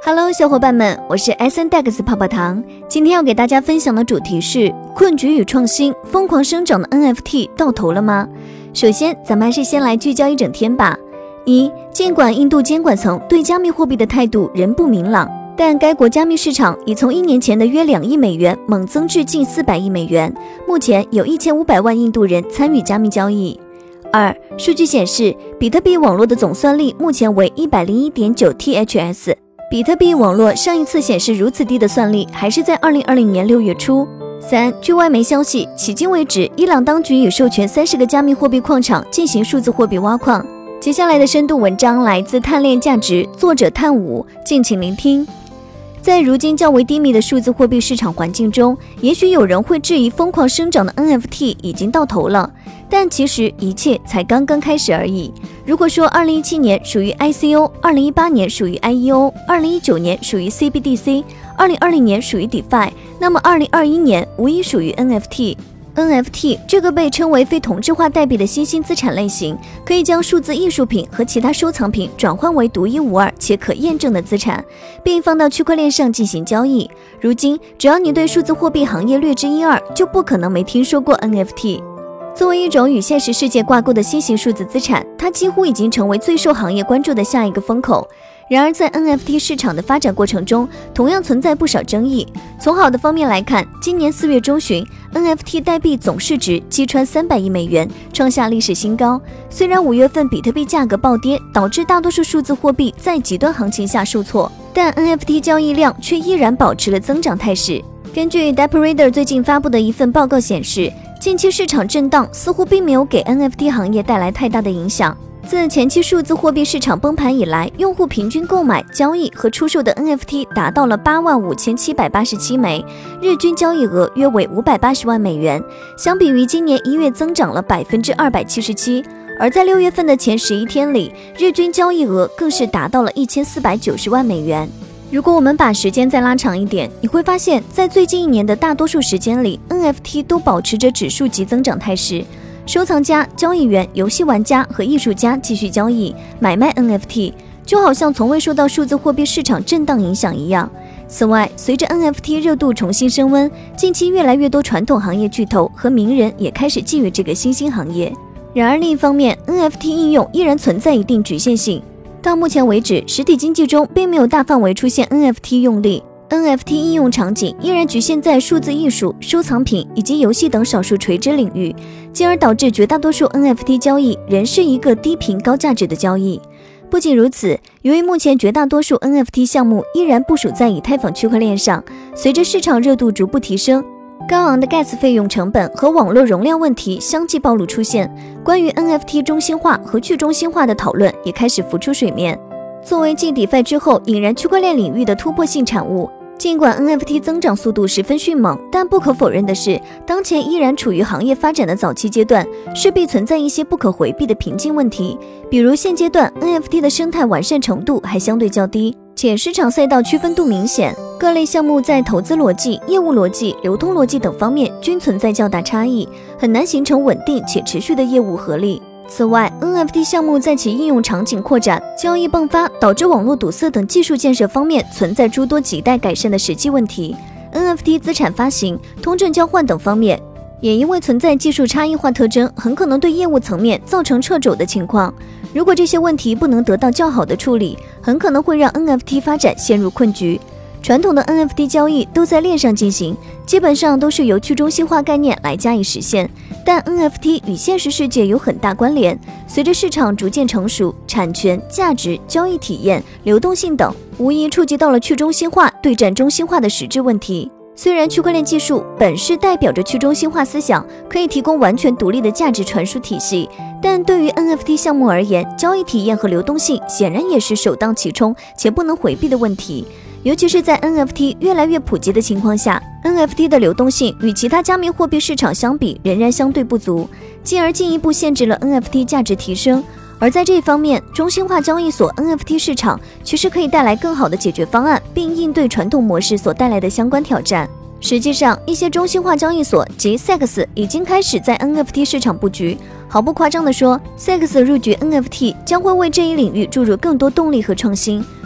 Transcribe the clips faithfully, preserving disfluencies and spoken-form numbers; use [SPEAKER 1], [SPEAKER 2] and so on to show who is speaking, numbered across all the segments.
[SPEAKER 1] Hello， 小伙伴们，我是 S N D E X 泡泡糖。今天要给大家分享的主题是困局与创新，疯狂生长的 N F T 到头了吗？首先，咱们还是先来聚焦一整天吧。一，尽管印度监管层对加密货币的态度仍不明朗，但该国加密市场已从一年前的约两亿美元猛增至近四百亿美元，目前有一千五百万印度人参与加密交易。二，数据显示，比特币网络的总算力目前为 一百零一点九 T H S。比特币网络上一次显示如此低的算力，还是在二零二零年六月初。三，据外媒消息，迄今为止，伊朗当局已授权三十个加密货币矿场进行数字货币挖矿。接下来的深度文章来自碳链价值，作者碳五，敬请聆听。在如今较为低迷的数字货币市场环境中，也许有人会质疑疯狂生长的 N F T 已经到头了，但其实一切才刚刚开始而已。如果说二零一七年属于 I C O， 二零一八年属于 I E O， 二零一九年属于 C B D C， 二零二零年属于 DeFi， 那么二零二一年无疑属于 N F T。N F T 这个被称为非同质化代币的新兴资产类型，可以将数字艺术品和其他收藏品转换为独一无二且可验证的资产，并放到区块链上进行交易。如今，只要你对数字货币行业略知一二，就不可能没听说过 N F T。作为一种与现实世界挂钩的新型数字资产，它几乎已经成为最受行业关注的下一个风口。然而，在 N F T 市场的发展过程中，同样存在不少争议。从好的方面来看，今年四月中旬 ，N F T 代币总市值击穿三百亿美元，创下历史新高。虽然五月份比特币价格暴跌，导致大多数数字货币在极端行情下受挫，但 N F T 交易量却依然保持了增长态势。根据 DeepReader 最近发布的一份报告显示，近期市场震荡似乎并没有给 N F T 行业带来太大的影响。自前期数字货币市场崩盘以来，用户平均购买、交易和出售的 N F T 达到了八万五千七百八十七枚，日均交易额约为五百八十万美元，相比于今年一月增长了 百分之二百七十七。而在六月份的前十一天里，日均交易额更是达到了一千四百九十万美元。如果我们把时间再拉长一点，你会发现在最近一年的大多数时间里， N F T 都保持着指数级增长态势。收藏家、交易员、游戏玩家和艺术家继续交易、买卖 N F T， 就好像从未受到数字货币市场震荡影响一样。此外，随着 N F T 热度重新升温，近期越来越多传统行业巨头和名人也开始觊觎这个新兴行业。然而另一方面， N F T 应用依然存在一定局限性。到目前为止，实体经济中并没有大范围出现 N F T 用例。N F T 应用场景依然局限在数字艺术、收藏品以及游戏等少数垂直领域，进而导致绝大多数 N F T 交易仍是一个低频高价值的交易。不仅如此，由于目前绝大多数 N F T 项目依然部署在以太坊区块链上，随着市场热度逐步提升，高昂的 Gas 费用成本和网络容量问题相继暴露出现，关于 N F T 中心化和去中心化的讨论也开始浮出水面。作为继 DeFi 之后引燃区块链领域的突破性产物，尽管 N F T 增长速度十分迅猛，但不可否认的是，当前依然处于行业发展的早期阶段，势必存在一些不可回避的瓶颈问题。比如现阶段 N F T 的生态完善程度还相对较低，且市场赛道区分度明显，各类项目在投资逻辑、业务逻辑、流通逻辑等方面均存在较大差异，很难形成稳定且持续的业务合力。此外 ，N F T 项目在其应用场景扩展、交易迸发、导致网络堵塞等技术建设方面存在诸多亟待改善的实际问题。N F T 资产发行、通证交换等方面，也因为存在技术差异化特征，很可能对业务层面造成掣肘的情况。如果这些问题不能得到较好的处理，很可能会让 N F T 发展陷入困局。传统的 N F T 交易都在链上进行，基本上都是由去中心化概念来加以实现，但 N F T 与现实世界有很大关联。随着市场逐渐成熟，产权、价值、交易体验、流动性等，无疑触及到了去中心化对战中心化的实质问题。虽然区块链技术本是代表着去中心化思想，可以提供完全独立的价值传输体系，但对于 N F T 项目而言，交易体验和流动性显然也是首当其冲且不能回避的问题。尤其是在 N F T 越来越普及的情况下， N F T 的流动性与其他加密货币市场相比仍然相对不足，进而进一步限制了 N F T 价值提升。而在这方面，中心化交易所 N F T 市场其实可以带来更好的解决方案，并应对传统模式所带来的相关挑战。实际上，一些中心化交易所及 S E X 已经开始在 N F T 市场布局。毫不夸张地说 ，S E X 入局 N F T 将会为这一领域注入更多动力和创新。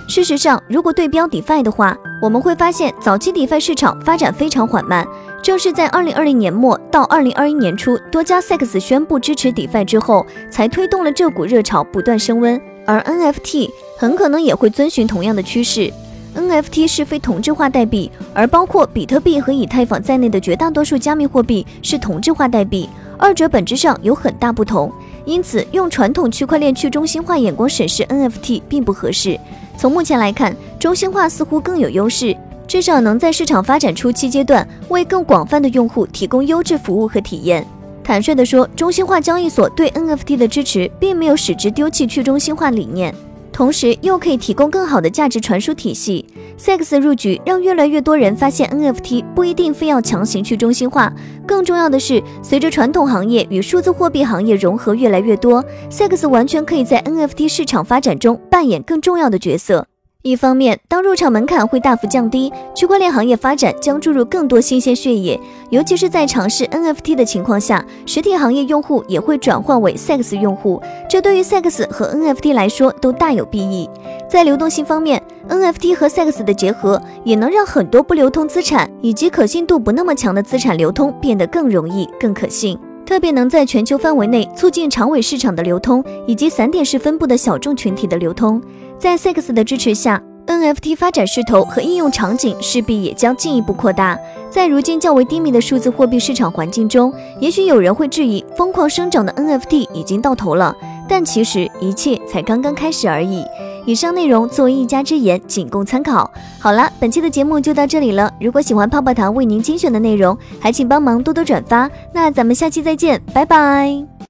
[SPEAKER 1] 事实上，如果对标 DeFi 的话，我们会发现早期 DeFi 市场发展非常缓慢，正是在二零二零年末到二零二一年初，多家 C E X 宣布支持 DeFi 之后，才推动了这股热潮不断升温。而 N F T 很可能也会遵循同样的趋势。N F T 是非同质化代币，而包括比特币和以太坊在内的绝大多数加密货币是同质化代币，二者本质上有很大不同。因此，用传统区块链去中心化眼光审视 N F T 并不合适。从目前来看，中心化似乎更有优势，至少能在市场发展初期阶段为更广泛的用户提供优质服务和体验。坦率地说，中心化交易所对 N F T 的支持并没有使之丢弃去中心化理念，同时又可以提供更好的价值传输体系。C E X 入局让越来越多人发现 N F T 不一定非要强行去中心化，更重要的是，随着传统行业与数字货币行业融合越来越多， C E X 完全可以在 N F T 市场发展中扮演更重要的角色。一方面，当入场门槛会大幅降低，区块链行业发展将注入更多新鲜血液，尤其是在尝试 N F T 的情况下，实体行业用户也会转换为 C E X 用户，这对于 C E X 和 N F T 来说都大有裨益。在流动性方面， N F T 和 C E X 的结合也能让很多不流通资产以及可信度不那么强的资产流通变得更容易、更可信，特别能在全球范围内促进长尾市场的流通以及散点式分布的小众群体的流通。在 C E X 的支持下， N F T 发展势头和应用场景势必也将进一步扩大。在如今较为低迷的数字货币市场环境中，也许有人会质疑疯狂生长的 N F T 已经到头了，但其实一切才刚刚开始而已。以上内容作为一家之言，仅供参考。好了，本期的节目就到这里了。如果喜欢泡泡糖为您精选的内容，还请帮忙多多转发。那咱们下期再见，拜拜。